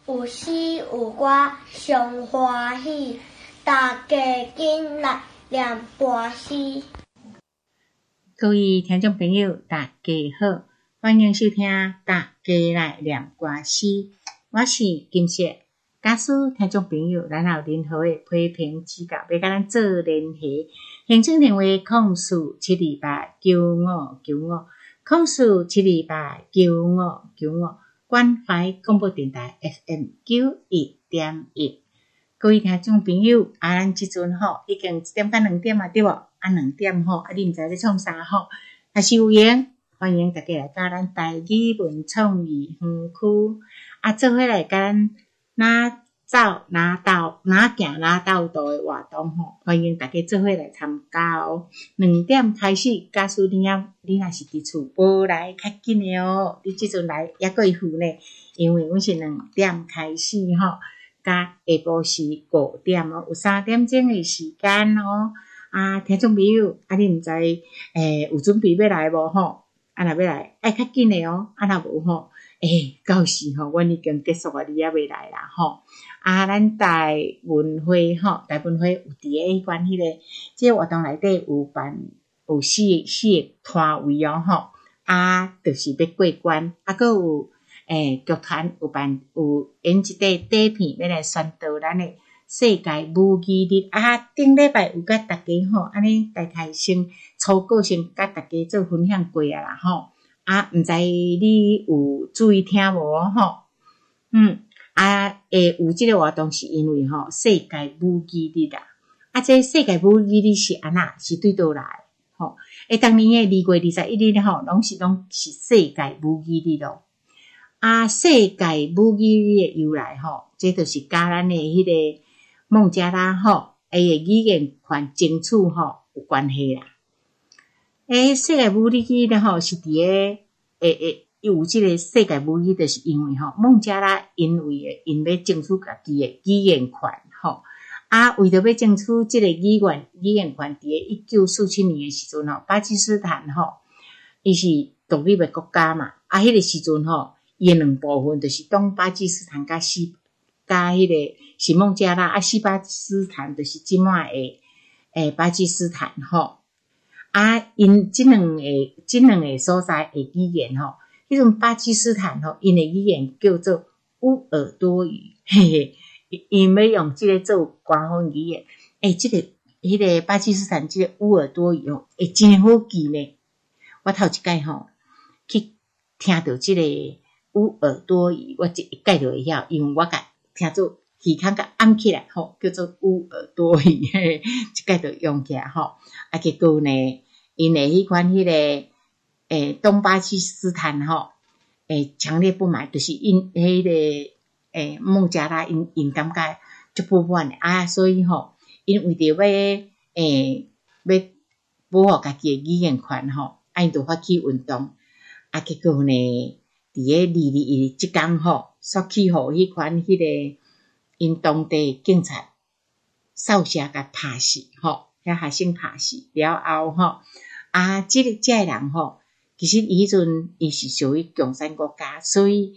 有诗有歌上欢喜，大家紧来念歌诗。 各位听众朋友，大家好，欢迎收听大家来念歌诗。我是金雪。假使听众朋友咱有任何的批评指教，要甲咱做联系，行政电话0472859595 0472859595，关怀广播电台 FM 91.1。各位听众朋友，咱即阵已经1点到2点对无？2点你毋知咧创啥若是有闲，欢迎大家来甲咱台语文创意园区做伙来甲咱哪走哪斗哪行哪斗道的活动欢迎大家做伙来参加2点开始，假使你若是伫厝无来较紧的你即阵来还可以付呢，因为阮是2点开始甲下晡时5点有3点钟的时间听众朋友你毋知有准备要来无若要来爱较紧的若无到时阮已经结束你还未来啦咱台文会有伫咧迄款迄个即个活动内底有4个摊位就是要过关还有剧团有演一块底片要来宣导咱的世界母语日顶礼拜有甲大家安尼大概先初稿先甲大家做分享过啦毋知你有注意听无有即个活动是因为世界母语日这世界母语日是安那是对倒来当年的2月21日拢是世界母语日世界母语日的由来这就是甲咱的迄个孟加拉伊的语言权争取有关系啦世界母语日是伫咧有即个世界母语就是因为孟加拉因要争取家己的语言权为着要争取即个语言权，伫咧1947年的时阵巴基斯坦伊是独立的国家嘛迄个时阵伊的2部分就是东巴基斯坦甲迄个是孟加拉西巴基斯坦就是即卖的巴基斯坦因即两个所在的语言迄种巴基斯坦因的语言叫做乌尔多语因要用即个做官方语言即个迄个巴基斯坦即个乌尔多语会真好记呢。我头一摆去听到即个乌尔多语，我一概就会晓，因为我甲听做耳孔甲按起来叫做乌尔多语一概就用起来结果呢因的迄款迄个东巴基斯坦强烈不满，就是因迄个孟加拉因感觉足不满所以因为着要保护家己的语言权因就发起运动结果呢伫咧22日即天煞去互迄款迄个因当地警察扫射甲拍死遐学生拍死了后即个人其实伊迄阵伊是属于共产国家，所以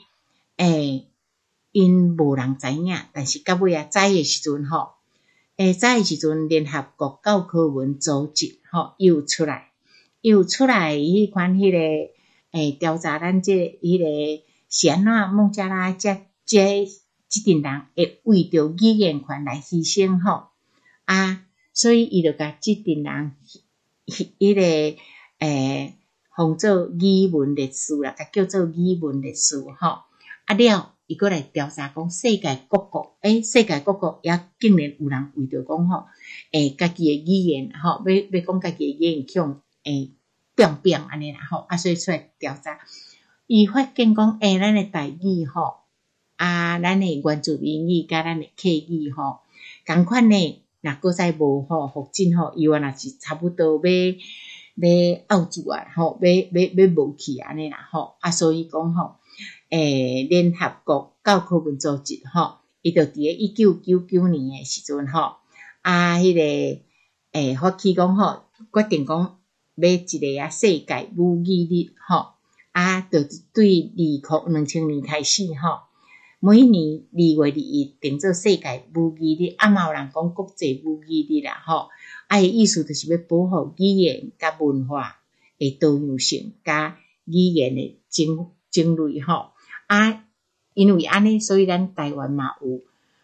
因无人知影，但是到尾知的时阵知的时阵联合国教科文组织又出来迄款迄个调查咱迄个是安怎孟加拉即阵人会为着语言权来牺牲所以伊就甲即阵人迄个封做语文烈士啦，甲叫做语文烈士了伊过来调查讲世界各国也竟然有人为着讲家己的语言要讲家己的语言向变安尼啦所以出来调查，伊发现讲咱的台语咱的原住民语甲咱的客语同款呢若搁再无复振伊原来是差不多要拗住要无去安尼啦所以讲联合国教科文组织伊就伫咧1999年的时阵迄个发起讲决定讲要一个世界母语日就对2000年开始每年2月2日定做世界母语日，嘛有人讲国际母语日啦吼。伊意思就是要保护语言甲文化的多样性，甲语言的种类吼。因为安尼，所以咱台湾嘛有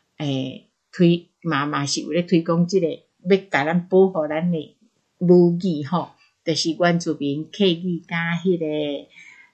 嘛是有咧推广即个，要甲咱保护咱的母语吼，就是原住民客语甲迄个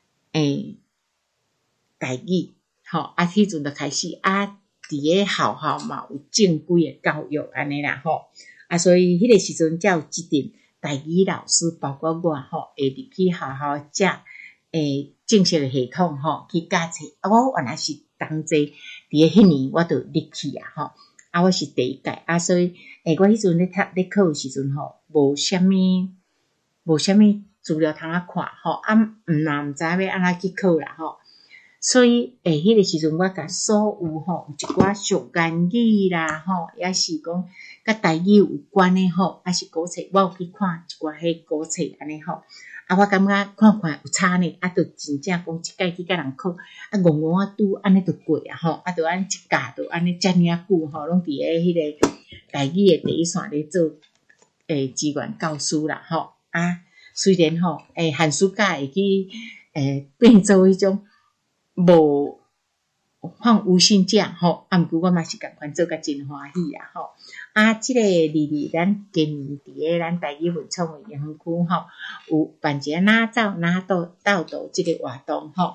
台语吼。迄阵就开始伫咧校嘛有正规的教育安尼啦吼。所以迄个时阵才有一阵台语老师，包括我吼，会入去学校遮正式的系统吼去教册。我原来是同齐伫咧迄年我就入去啊吼。我是第一届所以我迄阵咧考的时阵吼，无啥物资料通看吼，毋知要安怎去考啦吼。所以迄个时阵我甲所有吼一寡俗谚语啦吼，也是讲甲台语有关的吼，还是古册，我有去看一寡迄古册安尼吼。我感觉看有差呢，就真正讲一届去甲人考，戆拄安尼就过啊吼，就安一届就安尼遮尔久吼，拢伫咧迄个台语的第一线咧做志愿教师啦吼。虽然吼寒暑假会去变做迄种无放无薪假吼，毋过我嘛是共款做甲真欢喜啦吼。即个日咱今年伫咧咱台语文创的园区吼，有办一个哪走哪斗即个活动吼。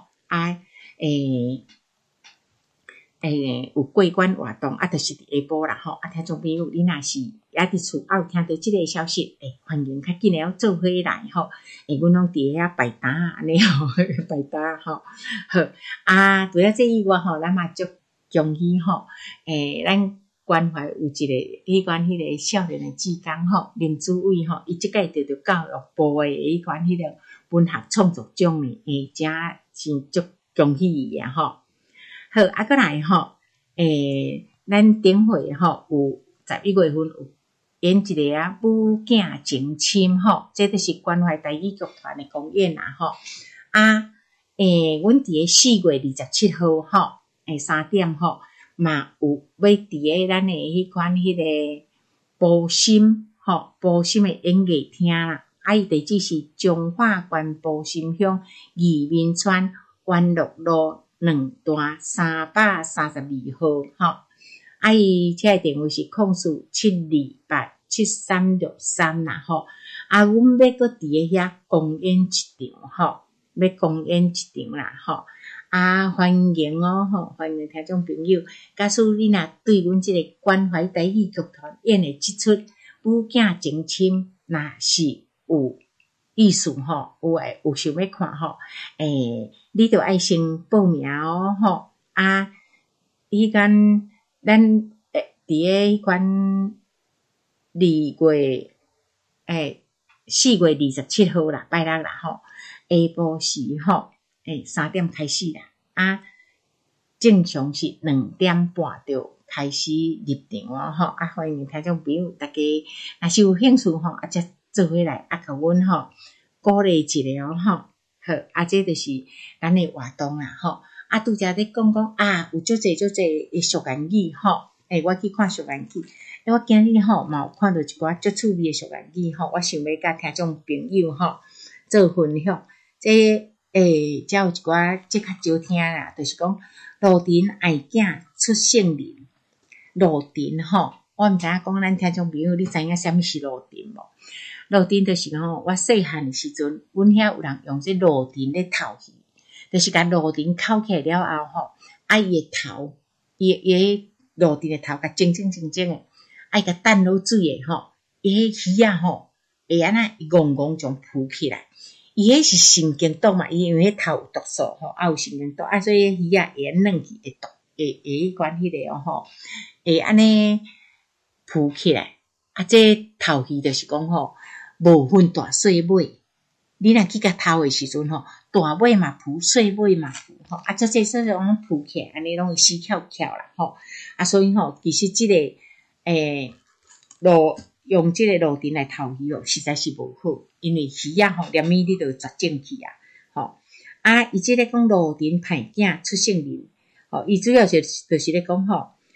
有过关活动就是伫下晡啦吼。听众朋友，你若是也伫厝有听到即个消息，欢迎较紧诶做伙来吼。阮拢伫遐摆摊安尼吼，摆摊吼。好，除了这以外吼，咱嘛足恭喜吼。咱关怀有一个迄款迄个少年的志工吼，林主委吼，伊即届得到教育部的迄款迄个文学创作奖呢，真是足恭喜伊啊吼。好，过来吼，咱顶会吼有11月份有演一个母囝情深吼，这就是关怀台语剧团的公演啦吼。阮伫咧4月27号吼，3点吼，嘛有要伫咧咱的迄款迄个埔心的演艺厅啦。伊地址是彰化县埔心乡义民村元乐路2段332号吼。伊这个电话是0472873363啦吼。阮要搁伫咧遐公演一场吼，要公演一场啦吼。欢迎吼，欢迎听众朋友。假使你若对阮即个关怀台语剧团演的即出母囝情深，若是有意思吼，有想要看吼，你着爱先报名吼。迄间咱伫咧迄款4月27号啦，拜六啦吼，下晡时吼，3点开始啦。正常是2点半就开始入场吼。欢迎听众朋友大家若是有兴趣吼，则做伙来甲阮吼鼓励一下吼。好，这就是咱的活动啦吼。拄则咧讲有足侪的俗谚语吼。我去看俗谚语，我今日吼嘛有看到一寡足趣味的俗谚语吼，我想要甲听众朋友吼做分享。才有一寡较少听啦，就是讲路程爱囝出圣人。路程吼，我毋知影讲咱听众朋友你知影啥物是路程无？路程就是讲我细汉的时阵，阮遐有人用这路程咧头鱼，就是甲路程扣起来了后吼，伊的头，伊路程的头甲整的，伊甲淡落水的吼，伊迄鱼啊吼，会安那戆戆种浮起来。伊迄是神经毒嘛，伊因为迄头有毒素吼，有神经毒所以鱼啊会软去，会毒，会迄款迄个吼，会安尼浮起来。这头鱼就是讲吼，无分大细尾。你若去甲头的时阵吼，大尾嘛浮，细尾嘛浮吼。这所以讲浮起来，安尼拢会死翘啦吼。所以吼，其实这个用这个路程来头鱼实在是无好，因为鱼啊吼，连米你都绝种去吼。伊这个讲路程歹囝出圣人伊主要就是咧讲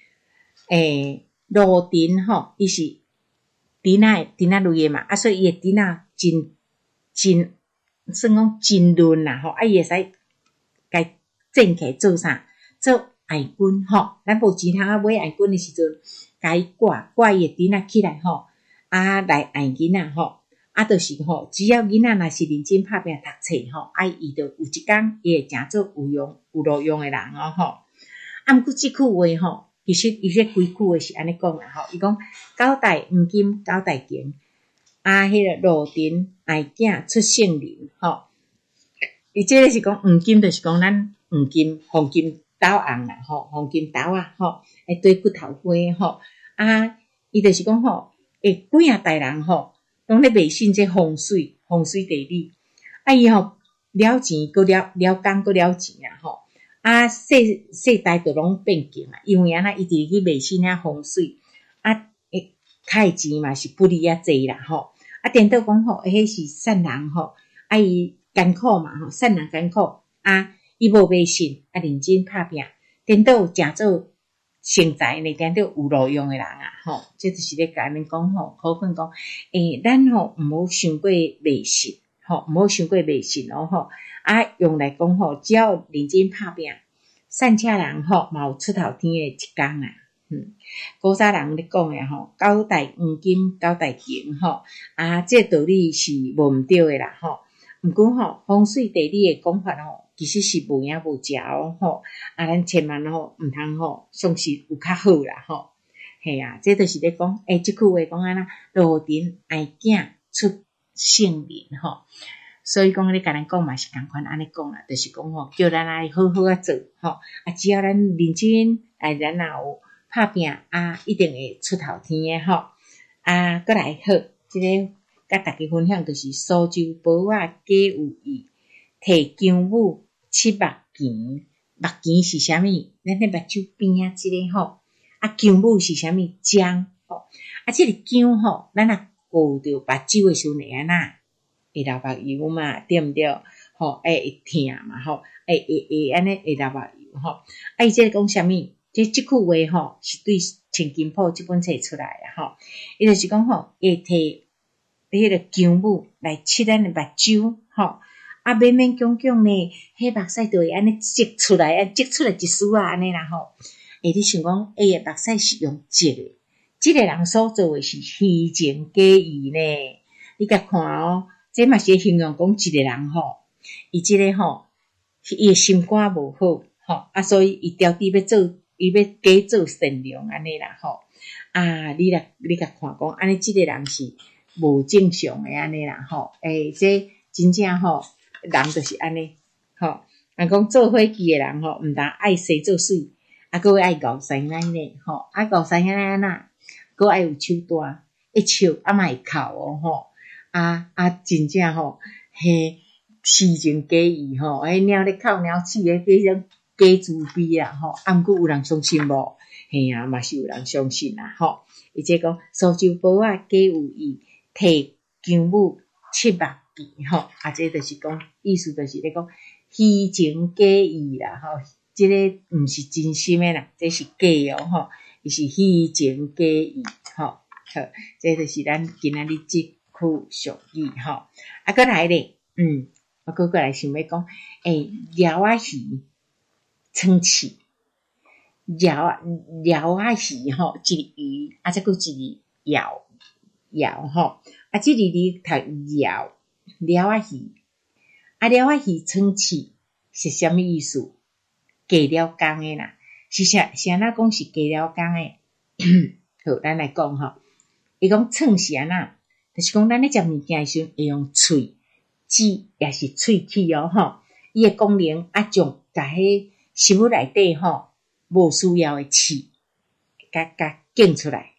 路灯伊是灯仔类诶嘛，所以伊诶灯仔真算讲真润啦伊会使甲整起做啥？做爱棍咱无钱通买爱棍诶时阵，甲伊挂伊诶灯仔起来来爱囡仔就是只要囡仔若是认真拍拼读册伊就有一天伊会成做有路用诶人毋过即句话其实伊这几句话是安尼讲啦伊讲交代黄金交代钱迄个路灯爱囝出圣灵伊这个是讲黄金，就是讲咱黄金豆红啦黄金豆会对骨头花伊就是讲几啊代人拢咧迷信这风水地理伊了钱搁了工搁了钱世代都拢变强因为伊直去迷信风水开钱嘛是不离济啦颠倒讲迄是善人伊艰苦嘛善人艰苦伊无迷信认真拍拼颠倒诚做成才呢颠倒有路用诶人这就是咧甲恁讲可分讲咱毋好伤过迷信毋好伤过迷信用来讲只要认真拍拼善车人嘛有出头天诶一天古早人咧讲诶交代黄金交代钱这道理是无毋对诶啦毋过风水地理诶讲法其实是无影无食咱千万毋通相信有较好啦嘿这就是咧讲即句话讲安那路灯爱囝出圣灵所以讲咧甲咱讲嘛是共款安尼讲啦，就是讲叫咱来好好做只要咱认真咱若有拍拼一定会出头天诶搁来好即个甲大家分享就是苏州宝仔假有意摕姜母七目钱目钱是啥物咱咧目睭边即个姜母是啥物姜即个姜咱若顾着目睭诶时阵会安那会流目油嘛对毋对会疼嘛会安尼会流目油伊即个讲啥物即句话是对陈金宝即本册出来伊就是讲会摕迄个姜母来切咱诶目睭勉勉强强呢迄目屎就会安尼积出来一丝安尼啦你想讲伊诶目屎是用积诶即个人所做诶是虚情假意呢你甲看这嘛是形容讲一个人伊即个伊诶心肝无好所以伊调底要做伊要假做善良安尼啦你甲看讲安尼即个人是无正常诶安尼啦这真正人就是安尼人讲做伙计诶人毋但爱生做水搁爱咬生奶呢咬生奶安那搁爱有手段一笑嘛会哭真正虚情假意迄猫咧哭猫鼠迄种假自卑毋过有人相信无嘛是有人相信啦伊即讲苏州宝仔假有意摕姜母七目钱这就是讲意思就是咧讲虚情假意啦即个毋是真心诶啦这是假伊是虚情假意好这就是咱今仔日即句俗语搁来咧我搁来想要讲鸟仔鱼撑起鸟仔鱼一个鱼再搁一个摇即个字读摇鸟仔鱼鸟仔鱼撑起是啥物意思加了工诶啦是啥那讲是加了工诶好咱来讲伊讲蹭是安那就是讲咱咧食物件诶时阵会用喙舌也是喙齿伊诶功能将甲迄食物内底无需要诶气甲拣出来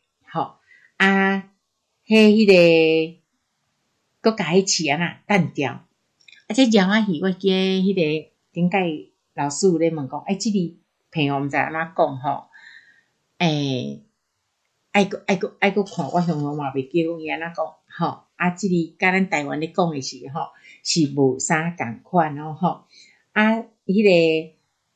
迄个搁甲迄气安那淡掉这鸟仔鱼我记迄个顶摆老师有咧问讲即个片毋知安怎讲爱搁看我常常嘛袂记讲伊安怎讲即个甲咱台湾咧讲诶是是无啥共款迄个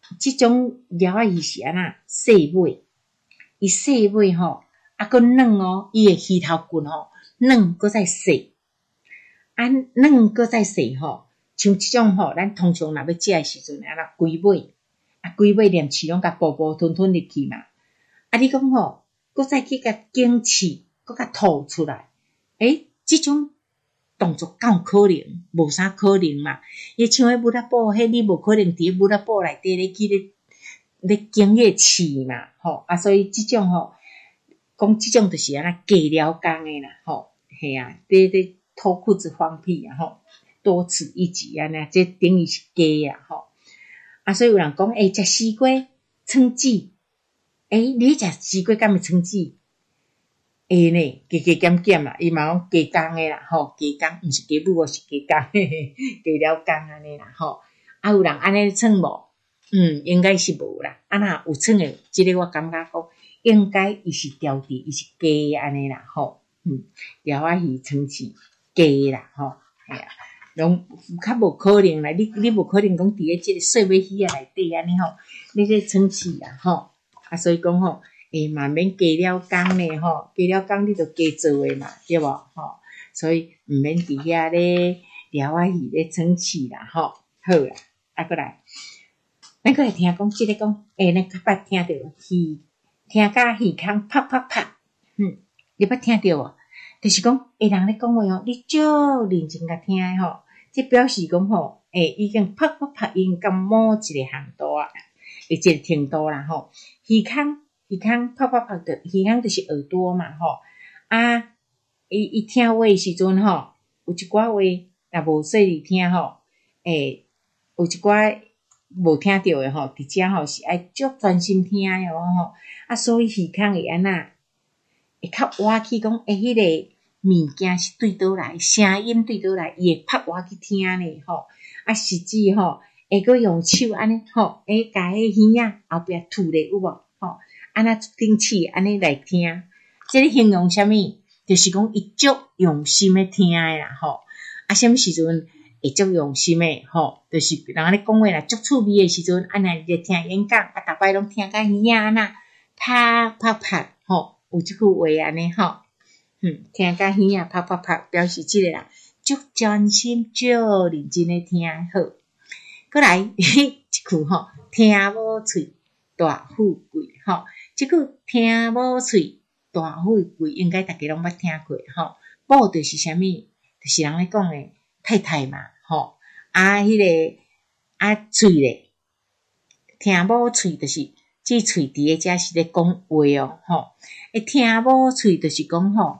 即种猫仔鱼是安那细尾，伊细尾吼，啊佫软哦，伊诶鱼头骨吼软佫再细，啊软佫再细吼，像即种吼，咱通常若要食诶时阵，安那规尾，啊规尾连翅拢甲补补吞吞入去嘛，啊你讲吼，佫再去甲拣翅，佫甲吐出来，即种动作敢有可能？无啥可能嘛。伊像迄母仔布，迄你无可能伫母仔布内底咧去咧拣迄刺嘛，吼啊，所以即种吼，讲即种就是安那假了工诶啦，吼，嘿啊，咧脱裤子放屁啊，吼，多此一举安尼，这等于是假啊，吼啊，所以有人讲，食西瓜撑籽，你食西瓜敢会撑籽？会呢，加减减啦，伊嘛讲加工诶啦，吼，加工毋是加母，是加工，加了工安尼啦，吼。啊，有人安尼创无？应该是无啦。啊，若有创诶，即个我感觉讲，应该伊是调制，伊是假诶安尼啦，吼。猫仔鱼创是假诶啦，吼，系啊，拢较无可能啦。你无可能讲伫咧即个细尾鱼啊内底安尼吼，你咧创是啦，吼。啊，所以讲吼。嘛免加了工呢吼，加了工你就加做诶嘛，对无吼？所以毋免伫遐咧猫仔鱼咧生气啦吼。好啦，啊过来，咱过来听讲，即个讲，咱较捌听着鱼，听甲鱼空啪啪啪，你捌听着无？就是讲，人咧讲话吼，你足认真甲听诶吼，即表示讲吼，已经啪啪啪，已经到某一个限度啊，一个程度啦吼，鱼空啪啪啪的，鱼空就是耳朵嘛吼，啊，伊听话诶时阵吼，有一寡话若无细里听吼，有一寡无听着诶吼，伫遮吼是爱足专心听诶吼，啊，所以鱼空会安那，会较活去讲，迄个物件是对倒来，声音对倒来，伊会拍活去听呢吼，啊，实际吼，会佫用手安尼吼，甲迄鱼仔后壁吐咧有无吼？安那顶起安尼来听，即个形容啥物？就是讲伊足用心诶听诶啦吼。啊，什么时阵会足用心诶吼？就是人咧讲话啦，足趣味诶时阵，安尼咧听演讲，啊，逐摆拢听甲鱼仔安那啪啪啪吼，有即句话安尼吼，听甲鱼仔啪啪啪，表示即个人足专心、足认真诶听好。过来一句吼，听无喙，大富贵吼。即句听无喙大富贵，应该大家拢捌听过吼。某就是啥物？就是人咧讲诶太太嘛吼。迄个喙咧，听无喙就是即喙伫诶遮是咧讲话哦吼。听无喙就是讲吼，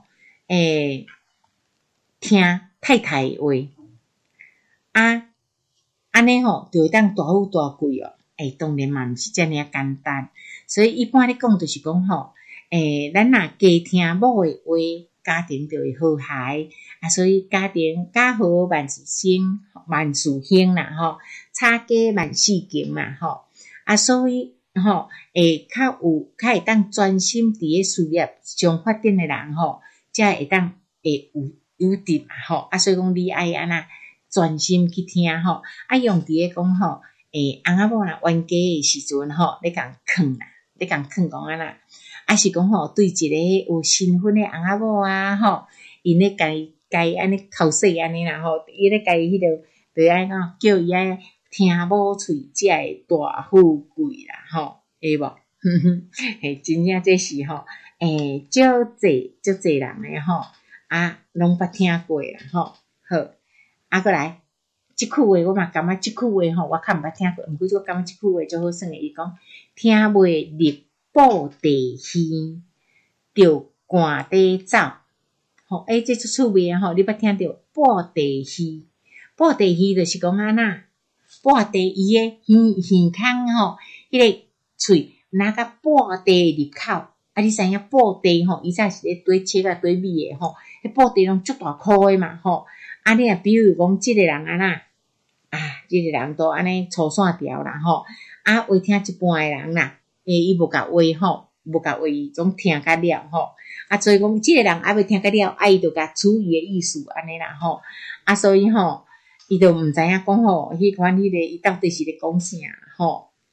听太太诶话。安尼吼，就会当大富大贵哦。当然嘛，毋是遮尔啊简单。所以一般咧讲，就是讲吼，咱若加听某诶话，家庭就会和諧。所以家庭家和万事兴，万事兴啦吼，吵架万事静嘛吼。所以吼，较会当专心伫咧事业上发展诶人吼，才会当有滴嘛吼。所以讲你爱安那专心去听吼，用伫咧讲吼，翁仔某若冤家诶时阵吼，咧共勸啦，咧共勸讲安那，是讲吼对一个有身份诶翁仔某啊吼，因咧家安尼头洗安尼啦吼，伊咧家迄个对安讲叫伊爱听无喙，才会大富贵啦吼，会无？真正这是吼，足济人诶吼，拢捌听过啦吼，好。过来，即句话我嘛感觉即句话吼，我较毋捌听过，毋过我感觉即句话足好耍诶。伊讲听袂入布袋戏，着赶底走。吼，这足趣味诶吼，你捌听着布袋戏？布袋戏就是讲安那，布袋伊诶耳孔吼，迄个喙拿甲布袋入口。你知影布袋吼，伊早是咧堆切啊堆米诶吼，迄布袋拢足大箍诶嘛吼。你若比如讲即个人安那，即个人都安尼粗线条啦吼，话听一半诶人啦，伊无甲话吼，无甲话总听甲了吼，所以讲即个人未听甲了，伊就甲处伊诶意思安尼啦吼，所以吼，伊就毋知影讲吼，迄款迄个伊到底是咧讲啥吼，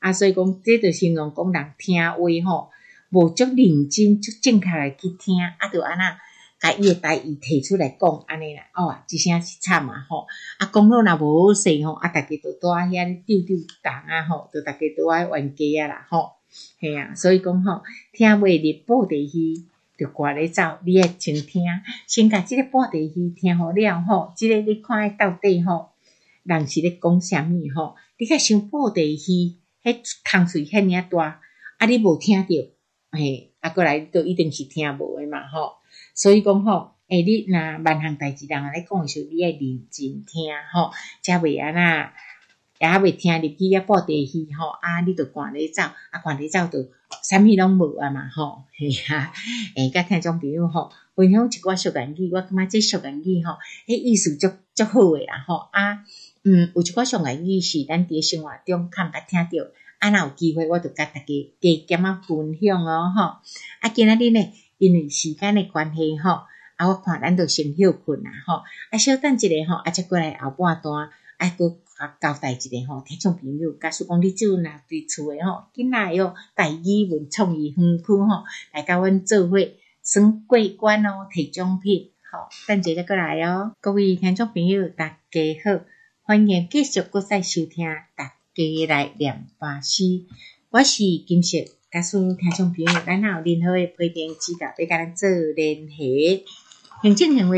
所以讲这就形容讲人听话吼，无足认真、足正确来去听，就安那甲伊诶代志提出来讲安尼啦。一声是惨啊吼，讲了若无好势吼，大家就倒遐斗共啊吼，就大家倒爱冤家啊啦吼，嘿啊，所以讲吼，听话日布袋戏。就赶咧走，你爱先听，先甲即个布袋戏听好了吼，即个你看到底吼，人是咧讲啥物吼？你较想布袋戏，迄空喙遐尔大，你无听着，过来都一定是听无诶嘛吼。所以讲吼，你若万项代志人咧讲诶时候，你爱认真听吼，才袂安那。也袂听入去布袋戏吼，你就赶咧走，赶咧走就啥物拢无啊嘛吼，嘿啊，甲听众朋友吼，分享一寡俗言语，我感觉这俗言语吼，迄意思足好诶啦吼，有一寡俗言语是咱伫生活中看捌听着，若有机会我就甲大家加减分享哦吼，今仔日呢，因为时间诶关系吼，我看咱就先休困啦吼，稍等一下吼，再过来后半段，搁交代一下吼，听众朋友，假使讲你若对厝诶吼，囡仔哟，台语文创意园区吼，来甲阮做伙算过关哦，摕奖品，吼，等一下再过来哦。各位听众朋友，大家好，欢迎继续搁再收听，大家来念法诗，我是金色。假使听众朋友，咱若有任何诶批评指教，要甲咱做联系，行政电话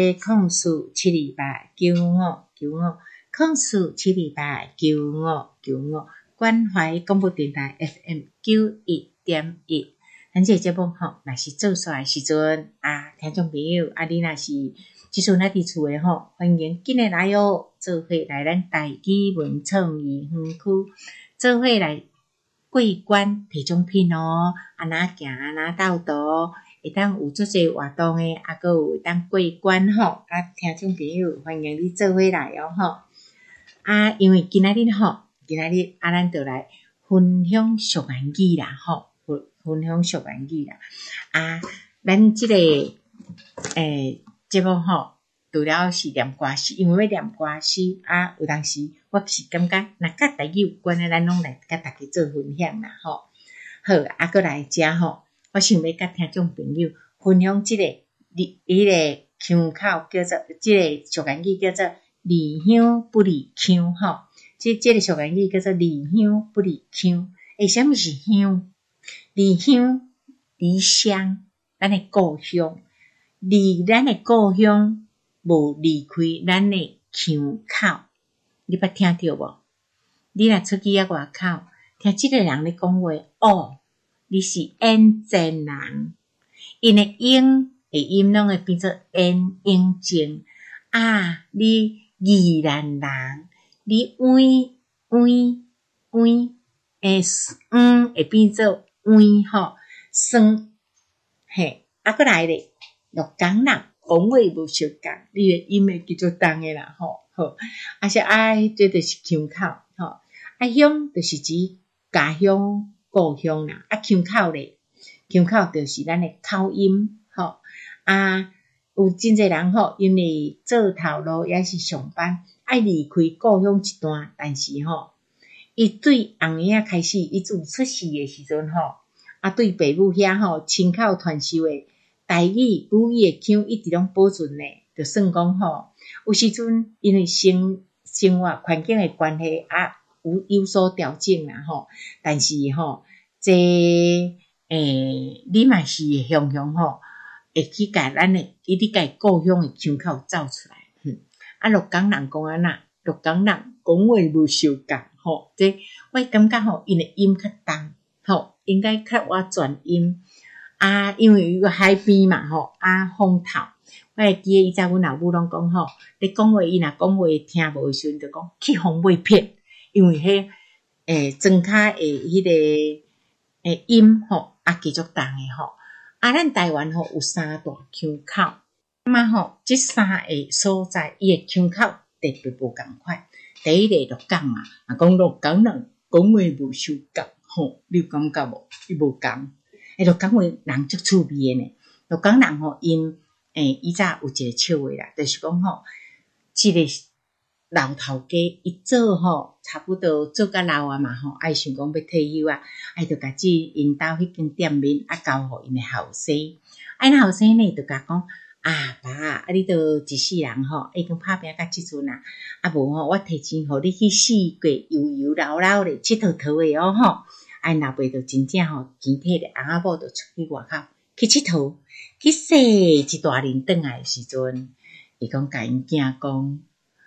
控诉7289595。控诉7289595，关怀广播电台 FM91.1。咱这节目吼，若是做煞诶时阵听众朋友，你若是即阵伫厝诶吼，欢迎紧诶来哦，做伙来咱台语文创意园区，做伙来过关摕奖品哦，行斗图，会当有足侪活动诶，阁有会当过关吼，听众朋友欢迎你做伙来哦吼。因为今仔日咱就来分享俗言语啦吼，分享俗言语啦。咱即个节目吼，除了是念歌诗，因为要念歌诗有当时我是感觉，若甲台语有关诶，咱拢来甲大家做分享啦吼。好，阁来遮吼，我想要甲听众朋友分享即个迄个腔口叫做即个俗言语叫做。离乡不离乡吼，这个俗言语叫做离乡不离乡。什么是乡？离乡，离乡，咱的故乡，离咱的故乡，无离开咱的乡口。你捌听到无？你若出去外口，听这个人咧讲话，你是燕郑人，因的英的音拢会变做英静你。宜兰人，你会变做吼，酸，过来咧，鹿港人讲话无相共，你的音会叫做重诶啦吼，好，是这就是腔口吼，乡就是指家乡、故乡啦，腔口咧，腔口就是咱的口音吼，有真侪人吼，因为做头路也是上班，爱离开故乡一段，但是吼，伊对红仔开始，伊自出世诶时阵吼，对爸母遐吼亲口传授诶台语母语诶腔一直拢保存咧，就算讲吼，有时阵因为生活环境诶关系有所调整啦吼，但是吼，你嘛是常常吼。会去甲咱诶，伊伫甲故乡诶腔口走出来，鹿港人讲鹿港人讲话无相共吼，这我感觉吼，因诶音较重吼，应该较我转音因为有个海边嘛吼，风头，我会记得以前阮老母拢讲吼，你讲话伊若讲话听无诶时阵，就讲去风尾片，因为迄庄骹诶迄个音吼继续重诶吼。咱台湾吼有三大腔口，吼这三个所在，伊诶腔口特别无共款。第一个鹿港嘛，讲鹿港人讲话无相共，吼，你有感觉无？伊无共。鹿港话人足趣味诶呢。鹿港人吼，因以前有一个笑话啦，就是讲吼，一个老头家伊做吼，差不多做甲老啊嘛吼，爱想讲要退休啊，爱就甲因兜迄间店面交互因诶后生，因后生呢就甲讲爸，你都一世人吼，已经拍拼到即阵啊，无吼，我提前互你去四界悠悠老老咧，佚佗佗诶吼，若袂着真正吼，钱摕咧，翁仔某就出去外口去佚佗，去洗一大轮转来诶时阵，伊讲甲因囝讲。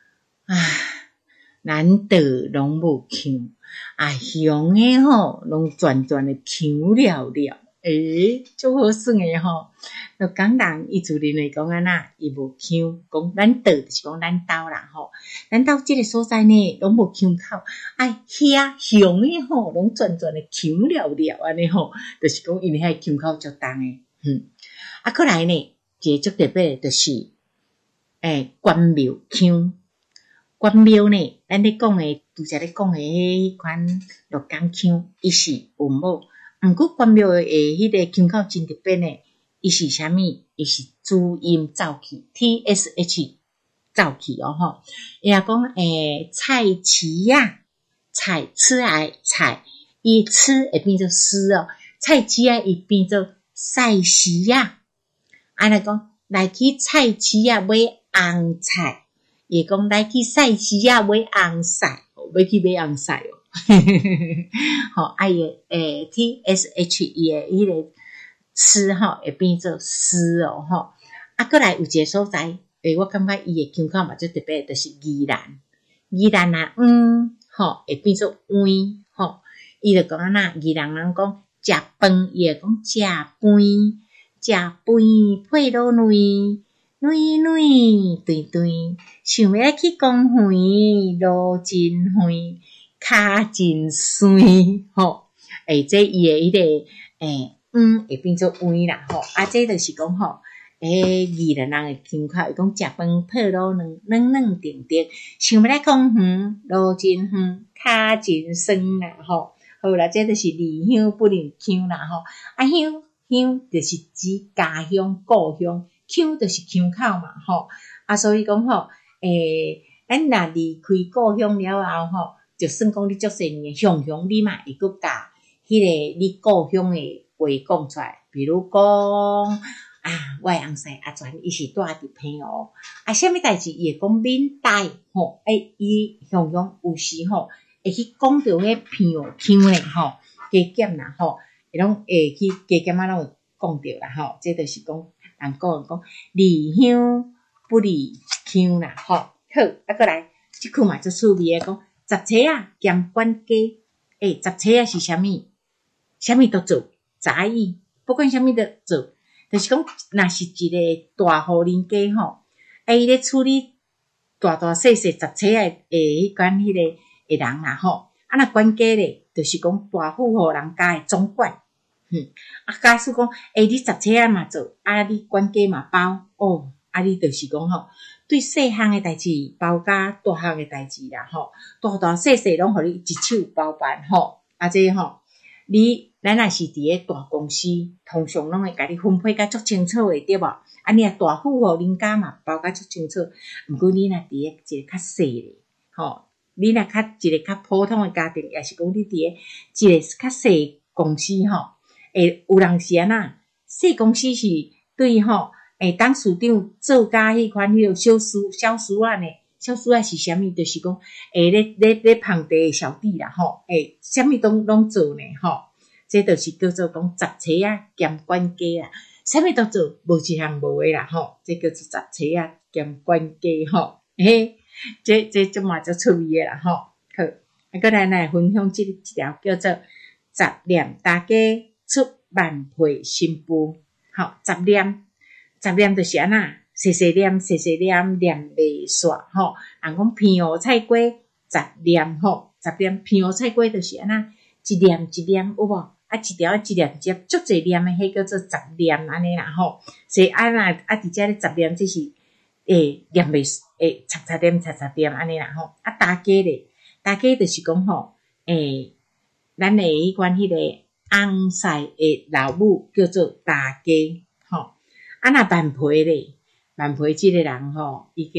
难得拢无抢，凶诶吼，拢全全诶抢了了，足好耍诶吼。就讲人伊自认为讲安那，伊无抢，讲咱倒就是讲咱兜啦吼。咱兜即个所在呢，拢无抢口，遐凶诶吼，拢全全诶抢了了安尼吼，就是讲因遐抢口足重诶，过来呢，一个足特别诶，就是关庙抢。关庙呢，咱咧讲诶，拄则咧讲诶，迄款鹿港腔，伊是有无？毋过关庙诶，迄个腔口真特别呢，伊是啥物？伊是主音走去 ，TSH 走去哦吼。伊也讲菜市啊，菜吃来菜，伊吃会变做丝哦，菜市啊，伊变做菜市啊。来讲来去菜市啊买红菜。伊讲来去菜市啊买红菜，要去买红菜哦。吼，TSH 伊诶迄个吃吼会变做丝哦吼。过来有一个所在，我感觉伊诶腔口嘛最特别，就是宜兰啊，吼会变做吼。伊就讲安那，宜兰人讲食饭，伊会讲食饭配落卵。软对，想要去公园，路真远，骹真酸，吼，这伊诶迄个会变做圆啦，吼，这就是讲吼，宜兰人诶腔口，伊讲食饭配落软定定，想要来公园，路真远，骹真酸啦，吼，好啦，这就是离乡不离腔啦，吼，乡就是指家乡故乡。腔就是腔口嘛，吼，所以讲吼，咱若离开故乡了后，吼，就算讲你足细年乡你嘛会搁甲迄个你故乡诶话讲出来，比如讲我诶翁婿阿全伊是住伫平湖，啥物代志伊会讲闽台，吼，伊乡有时吼会去讲着迄平湖腔咧，吼，加减啦，吼，会拢会去加减拢会讲着啦，吼，这就是讲。人讲离乡不离腔啦，吼，好，过来，即句嘛足趣味诶，讲杂车啊兼管家，杂车啊是啥物？啥物都做，杂役，不管啥物都做，就是讲，若是一个大户人家吼，伊咧处理大细杂车诶，迄款迄个人啦，吼，若管家咧，就是讲大富户人家诶总管。假使讲，你杂车啊嘛做，你管家嘛包，你就是讲吼，对细项诶代志包甲大项诶代志啦，吼，大细拢互你一手包办，吼，这吼，咱若是伫咧大公司，通常拢会甲你分配甲足清楚诶，对无？你若大富户人家嘛包甲足清楚，毋过你若伫咧一个较细咧，吼，你若一个较普通诶家庭，也是讲你伫咧一个较细公司，吼。有人是安那，细公司是对吼，董事长做甲迄款迄个小事啊呢，小事啊是啥物？就是讲，咧旁地小弟啦吼，啥物拢做呢吼，这就是叫做讲杂车啊兼管家啦，啥物都做，无一项无诶啦吼，这叫做杂车啊兼管家吼，这嘛足趣味诶啦吼，好，过来咱分享一条叫做杂念大家。出万倍新妇，好，杂念就是安那，细念念袂煞，吼，人讲片湖菜瓜杂念，吼，杂念片湖菜瓜就是安那，一念有无？一条一念接足侪念诶，迄叫做杂念安尼啦，吼，所以安那伫遮咧杂念，即是念袂擦念安尼啦，吼，大家就是讲吼，咱诶迄款迄个。翁婿诶老母叫做大家，吼，若万培咧，万培即个人吼，已经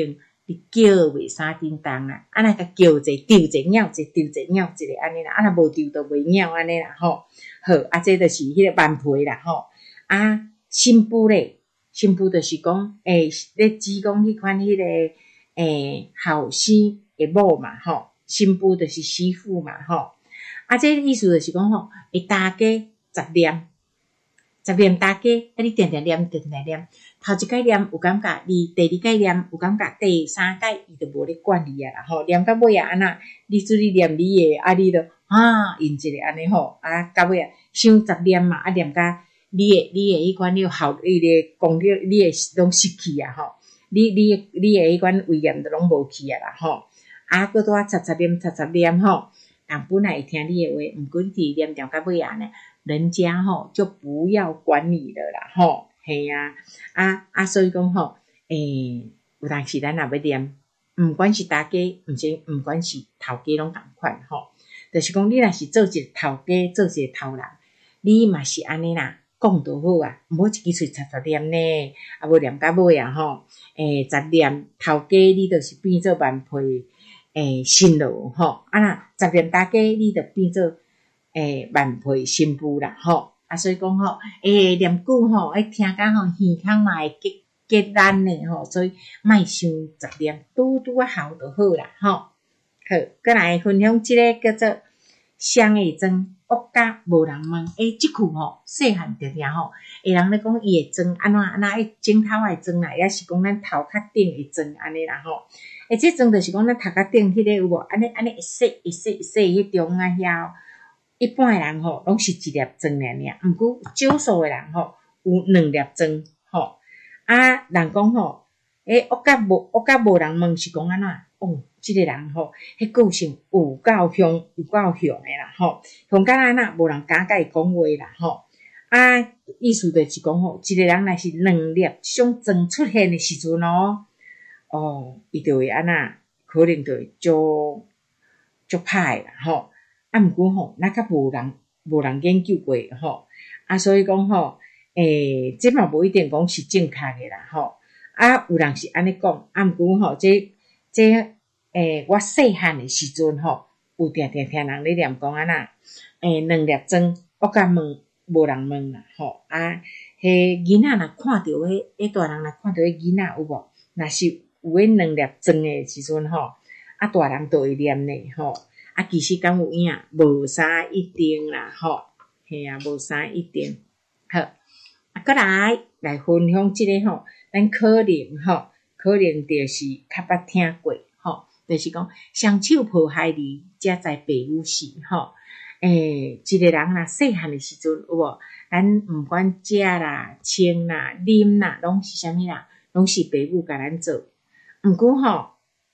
你叫袂啥叮当啦，啊那个叫者丢者鸟者丢者鸟者安尼啦，啊若无丢就袂鸟安尼啦吼。好，啊这就是迄个万倍啦吼。啊新妇咧，新妇就是讲咧指讲迄款迄个后生的某嘛吼，新妇就是媳妇嘛吼。啊这意思就是讲吼，会大家10念。10念大家，啊你定定念，头一届念有感觉，第二届念有感觉，第三届伊就无咧管你啊啦吼，念到尾啊安那，你主你念你诶，啊你就用一个安尼吼，啊到尾啊想10念嘛，啊念甲你诶迄款你效你诶功力你诶拢失去啊吼，你诶迄款威严都拢无去啊啦吼，啊搁拄啊10念吼，人本来会听你诶话，毋过你伫念到尾啊呢。人家吼就不要管你了啦吼，嘿啊，所以讲吼，有当时咱若要念，毋管是大家，毋管是头家拢共款吼，就是讲你若是做一个头家，做一个头人，你嘛是安尼啦，讲就好啊，毋好一支喙10念呢，啊无念到尾啊吼，10念头家你就是变做万倍新郎吼，啊若10念大家你就变做万倍新妇啦吼，所以讲吼，念久吼，听甲吼耳孔嘛会结烂呢吼，所以莫伤10念，拄啊好就好啦吼。好，再来分享即个叫做双下装，恶甲无人问。即句吼，细汉定定吼，会人咧讲伊会装安怎爱整头诶装啦，也是讲咱头壳顶会装安尼啦吼。即装就是讲咱头壳顶迄个有无？安尼会洗迄中啊遐。一般诶人吼，拢是1粒装尔，毋过少数诶人吼有2粒装吼。人讲吼，恶甲无人问是讲安怎？即个人吼，迄个性有够凶诶啦吼，凶甲安怎无人敢甲伊讲话啦吼。意思就是讲吼，一个人若是2粒即种装出现诶时阵伊就会安怎？可能就会足歹啦吼。毋过吼，咱较无人研究过吼，所以讲吼，这嘛无一定讲是正确诶啦吼，有人是安尼讲，毋过吼，这我细汉诶时阵吼，有定听人咧念讲安怎，2粒装，恶甲无人问啦吼，迄囡仔若看着迄大人若看着迄囡仔有无？若是有迄2粒装诶时阵吼，大人就会念咧吼。其实敢有影，无啥一定啦吼，嘿啊，无啥一定。好，再来分享即个吼，咱可能就是较捌听过吼，就是讲双手抱孩儿，才知爸母死吼。一个人若细汉诶时阵有无？咱毋管食啦、穿啦、啉啦，拢是啥物啦？拢是爸母甲咱做。毋过吼，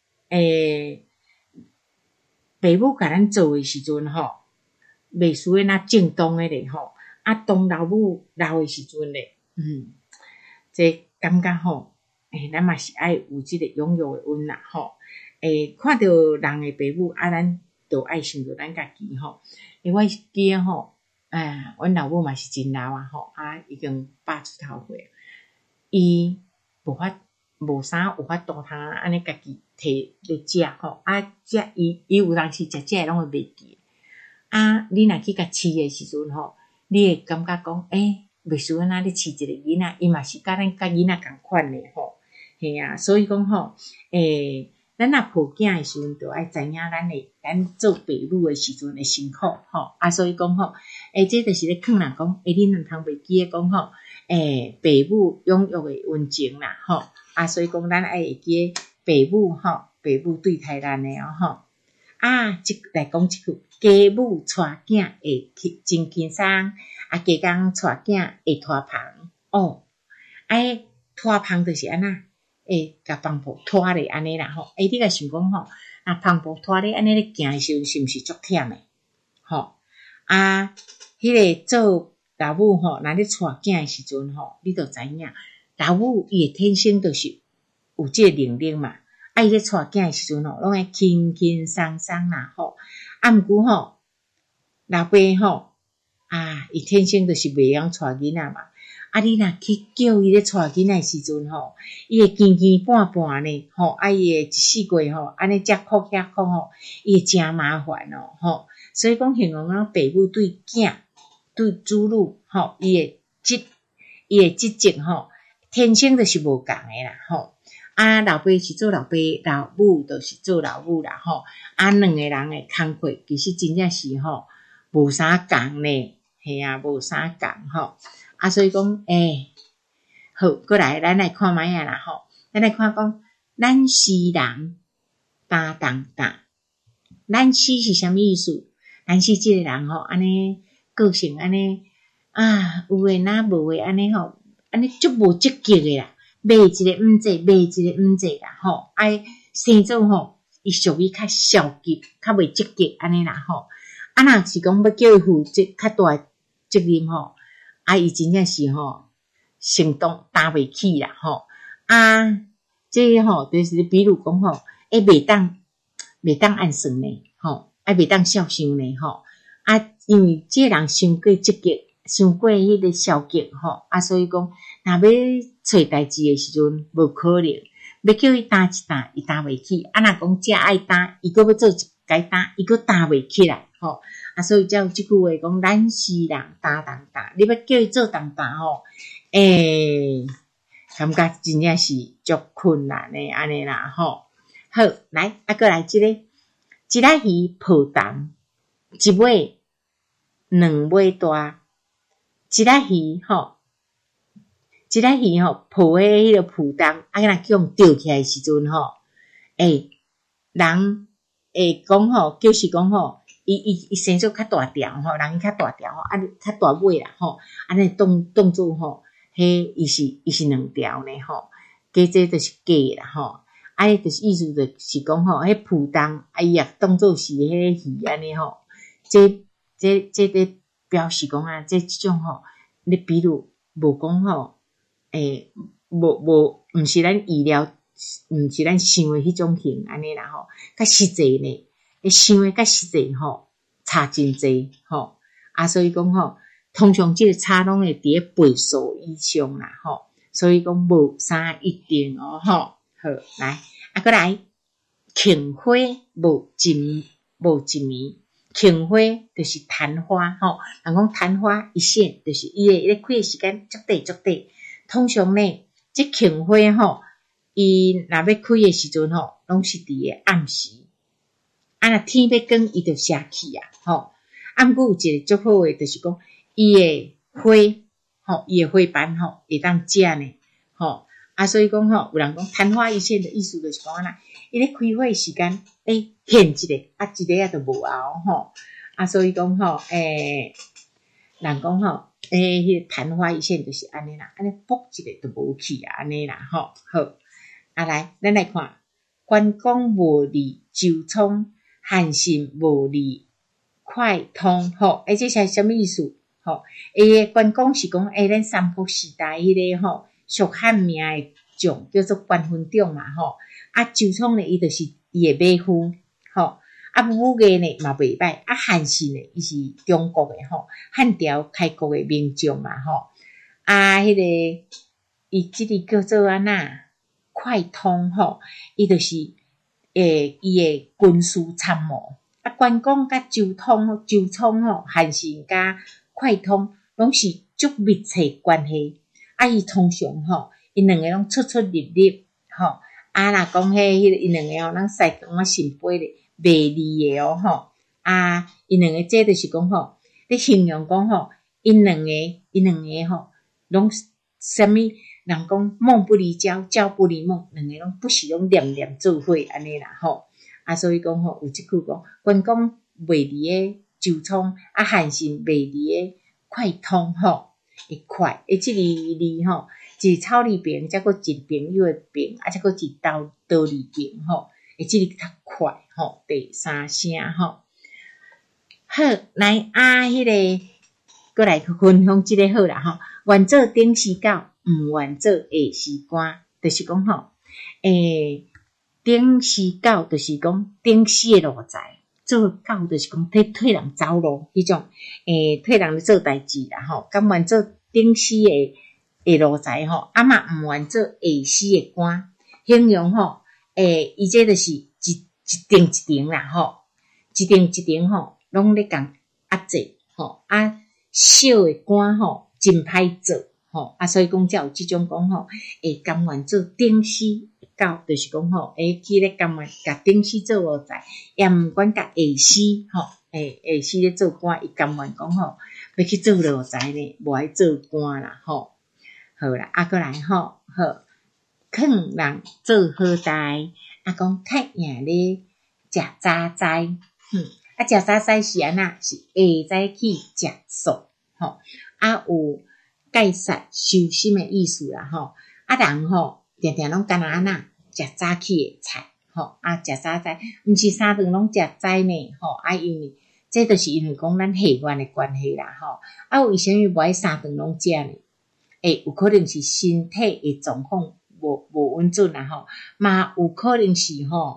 爸母甲咱做诶时阵吼，袂输诶那正当诶咧吼，当老母老诶时阵咧，这感觉吼，咱嘛是爱有即个拥有诶运啦吼，看着人诶爸母，咱就爱想着咱家己吼，我记得吼，阮老母嘛是真老啊吼，已经80出头岁，伊无啥有法度通安尼家己摕咧食吼，食伊有当时食拢会袂记。你若去甲饲诶时阵吼，你会感觉讲，袂输安那咧饲一个囡仔，伊嘛是甲咱甲囡仔共款诶吼，嘿啊，所以讲吼，咱若抱囝诶时阵，就爱知影咱做爸母诶时阵诶辛苦吼，所以讲吼，这就是咧劝人讲，恁毋通袂记诶讲吼，爸母养育诶温情啦吼。所以讲咱爱会记爸母吼，爸母对待咱诶吼。来讲一句，家母带囝会真轻松，家公带囝会拖棚拖棚就是安那，甲篷布拖咧安尼啦吼。你甲想讲吼，篷布拖咧安尼咧行诶时阵，是毋是足忝诶？吼，迄个做老母吼，若咧带囝诶时阵吼，你就知影。老母伊诶天生就是有即个能力嘛，伊咧带囝诶时阵吼，拢会轻轻松松啦吼。毋过吼，老爸吼， 伊天生就是袂晓带囡仔嘛。你若去叫伊咧带囡仔时阵吼，伊会叽叽绊绊呢，吼，伊会一四过吼，安尼遮哭遐哭吼，伊会真麻烦哦，吼。所以讲，形容咱爸母对囝、对子女吼，伊会积极吼，天生就是无共诶啦，吼。老爸是做老爸，老母就是做老母啦，吼。两个人诶工课其实真正是吼无啥共呢，嘿啊，无啥共吼。所以讲，好，过来，咱来看卖啊啦吼。咱来看讲，咱是人担当担。咱是啥物意思？咱是即个人吼，安尼个性安尼有诶若无诶安尼吼，安尼足无积极诶啦，买一个毋济，买一个毋济啦吼。生做吼，伊属于较消极，较袂积极安尼啦吼。若是讲要叫伊负较大责任吼。伊真正是吼，行动担袂起啦吼。这吼就是比如讲吼，袂当按算呢吼，袂当孝顺呢吼。因为这人伤过积极，伤过迄个消极吼，所以讲，若要找代志诶时阵，无可能。要叫伊担一担，伊担袂起。若讲遮爱担，伊搁要做一该担，伊搁担袂起来吼。所以才有即句话讲，咱是人担当担，你要叫伊做担当吼，感觉真正是足困难诶，安尼啦吼。好，来，过来即个，一只鱼抱重，一尾两尾大，一只鱼吼，抱迄个抱重，若叫人吊起来时阵吼，人会讲吼，就是讲吼。伊生做较大条吼，人较大条吼，较大尾啦吼，安尼动作吼，迄伊是两条呢吼，这就是假啦吼，就是意思就是讲吼，迄浮动伊也当做是迄鱼安尼吼，这咧表示讲这种吼，你比如无讲吼，毋是咱意料，毋是咱想诶迄种型安尼啦吼，较实际呢。想诶较实际吼，差真济吼，所以讲吼，通常即个差拢会伫咧倍数以上啦吼，所以讲无啥一定吼。好，来，过来，庆花无一暝，庆花就是昙花吼，人讲昙花一现，就是伊咧开诶时间足短。通常呢，即庆花吼，伊若要开诶时阵吼，拢是伫咧暗时。若天要光，伊就下去啊，吼。毋过有一个足好诶，就是讲伊诶花，吼，伊诶花瓣吼会当食呢，吼。所以讲吼，有人讲昙花一现的意思就是讲啦，伊咧开花诶时间，现一个，一个就无后吼。所以讲吼，人讲吼，迄个昙花一现就是安尼啦，安尼卜一个就无去啊，安尼啦，吼。好，来，咱来看，关公无力周仓。汉信无力快通吼，这是啥物意思？吼，关公是讲咱三国时代迄个吼蜀汉名诶将叫做关云长嘛吼，周仓呢伊就是伊诶马夫吼，武艺呢嘛袂歹，汉信呢伊是中国诶吼，汉朝开国诶名将嘛吼，迄个伊即个叫做快通吼，伊就是。伊诶军事参谋，关公甲周仓吼，汉信甲快通拢是足密切关系。伊通常吼，因两个拢出入吼。若讲迄个因两个咱西讲新杯咧，袂离诶吼。因两个这就是讲吼，咧形容讲吼，因两个吼，拢啥物？人讲梦不离朝，朝不离梦，两个拢不时拢念做伙安尼啦吼。所以讲吼，有即句讲，关公袂离诶周仓，汉信袂离诶快通吼，会快。即个字吼，一草字边，再个一朋友诶朋，再个一道字边吼，即个较快吼。第三声吼，好，来迄个，过来分享即个好啦吼。愿做顶时狗。毋愿做下时官，就是讲吼，顶时狗就是讲顶时诶路财， 做狗就是讲替人走路，迄种替人做代志啦吼，甘愿做顶死的路财吼，啊嘛毋愿做下死的官，形容吼，伊这就是一定一定啦吼，一定吼，拢咧共压制吼，啊小的官吼真歹做吼，啊所以讲才有即种讲吼，会甘愿做顶死狗，就是讲吼，去咧甘愿甲顶死做路财，也毋管甲下死吼，下死咧做官，伊甘愿讲吼，要去做路财呢，无爱做官啦吼。好啦，过来吼，好，劝人做好代，讲较赢咧食早斋，食早斋是安那？是下早起食素，吼，有戒杀修心的意思啦，吼，人吼定定拢干那安那食早起的菜，吼，食早斋，毋是三顿拢食斋呢，吼，因为这就是因为讲咱血缘的关系啦，吼，为什么无爱三顿拢食呢？有可能是身体的状况无稳准啦吼，嘛有可能是吼，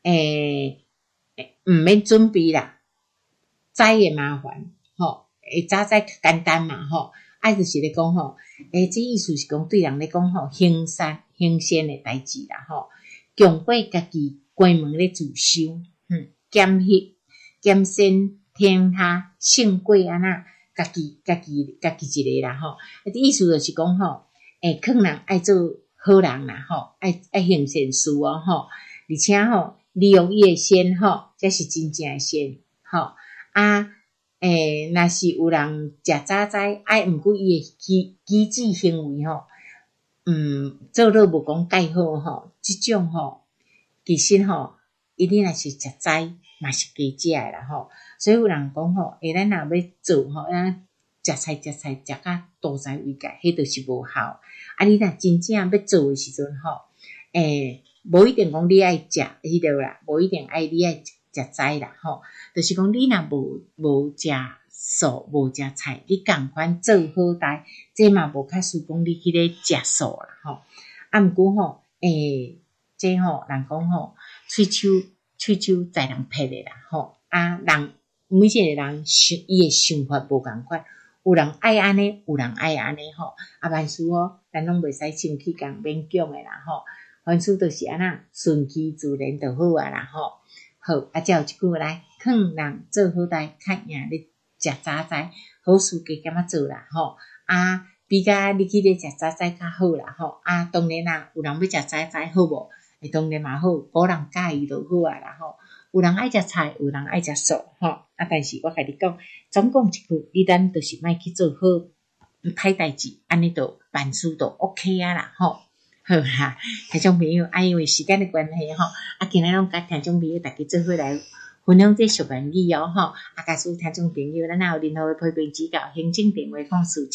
毋免准备啦，斋的麻烦吼，早斋简单嘛吼，就是咧讲吼，这意思是讲对人咧讲吼，行善的代志啦吼，强过家己关门咧自修，兼善天下胜过安那。家己一个啦吼，意思就是讲吼，劝人爱做好人啦吼，爱行善事哦吼，而且吼利用伊的善吼，这是真正的善吼。若是有人食早斋，爱毋过伊的机智行为吼，做了无讲介好吼，即种吼，其实吼，伊若是食斋，嘛是加食的啦吼。所以有人讲吼，咱若要做吼，食菜食甲大财为界，迄就是无效。你若真正要做的时阵吼，无一定讲你爱食迄个啦，无一定你爱食斋啦吼。就是讲你若无食素，无食菜，你共款做好代，这嘛无较输讲你去咧食素啦吼。毋过吼，这吼人讲吼，喙手在人撇的啦吼，人。每一个人伊的想法无共款，有人爱安尼，有人爱安尼吼。万事咱拢袂使生气共勉强的啦吼。凡事都是安那顺其自然就好啊啦吼。好，才有一句来，劝人做好代，较赢咧食早斋，好事加减做啦吼。比甲你去咧食早斋较好啦吼。当然啦，有人要食早斋好无？当然嘛好，无人介意就好啊啦吼。有人爱食菜，有人爱食素，吼。但是我甲你讲，总讲一句，你咱就是莫去做好歹代志，安尼就办事就 OK 啊啦，吼。好啦，听众朋友，因为时间的关系吼，今日拢甲听众朋友大家做伙来分享这俗谚语哦，吼。假使听众朋友，咱若有任何的批评指教，行政电话控诉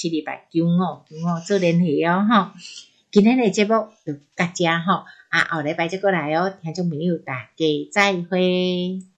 7289595做联系哦，吼。今天的节目就到这吼，后礼拜再过来哦，听众朋友大家再会。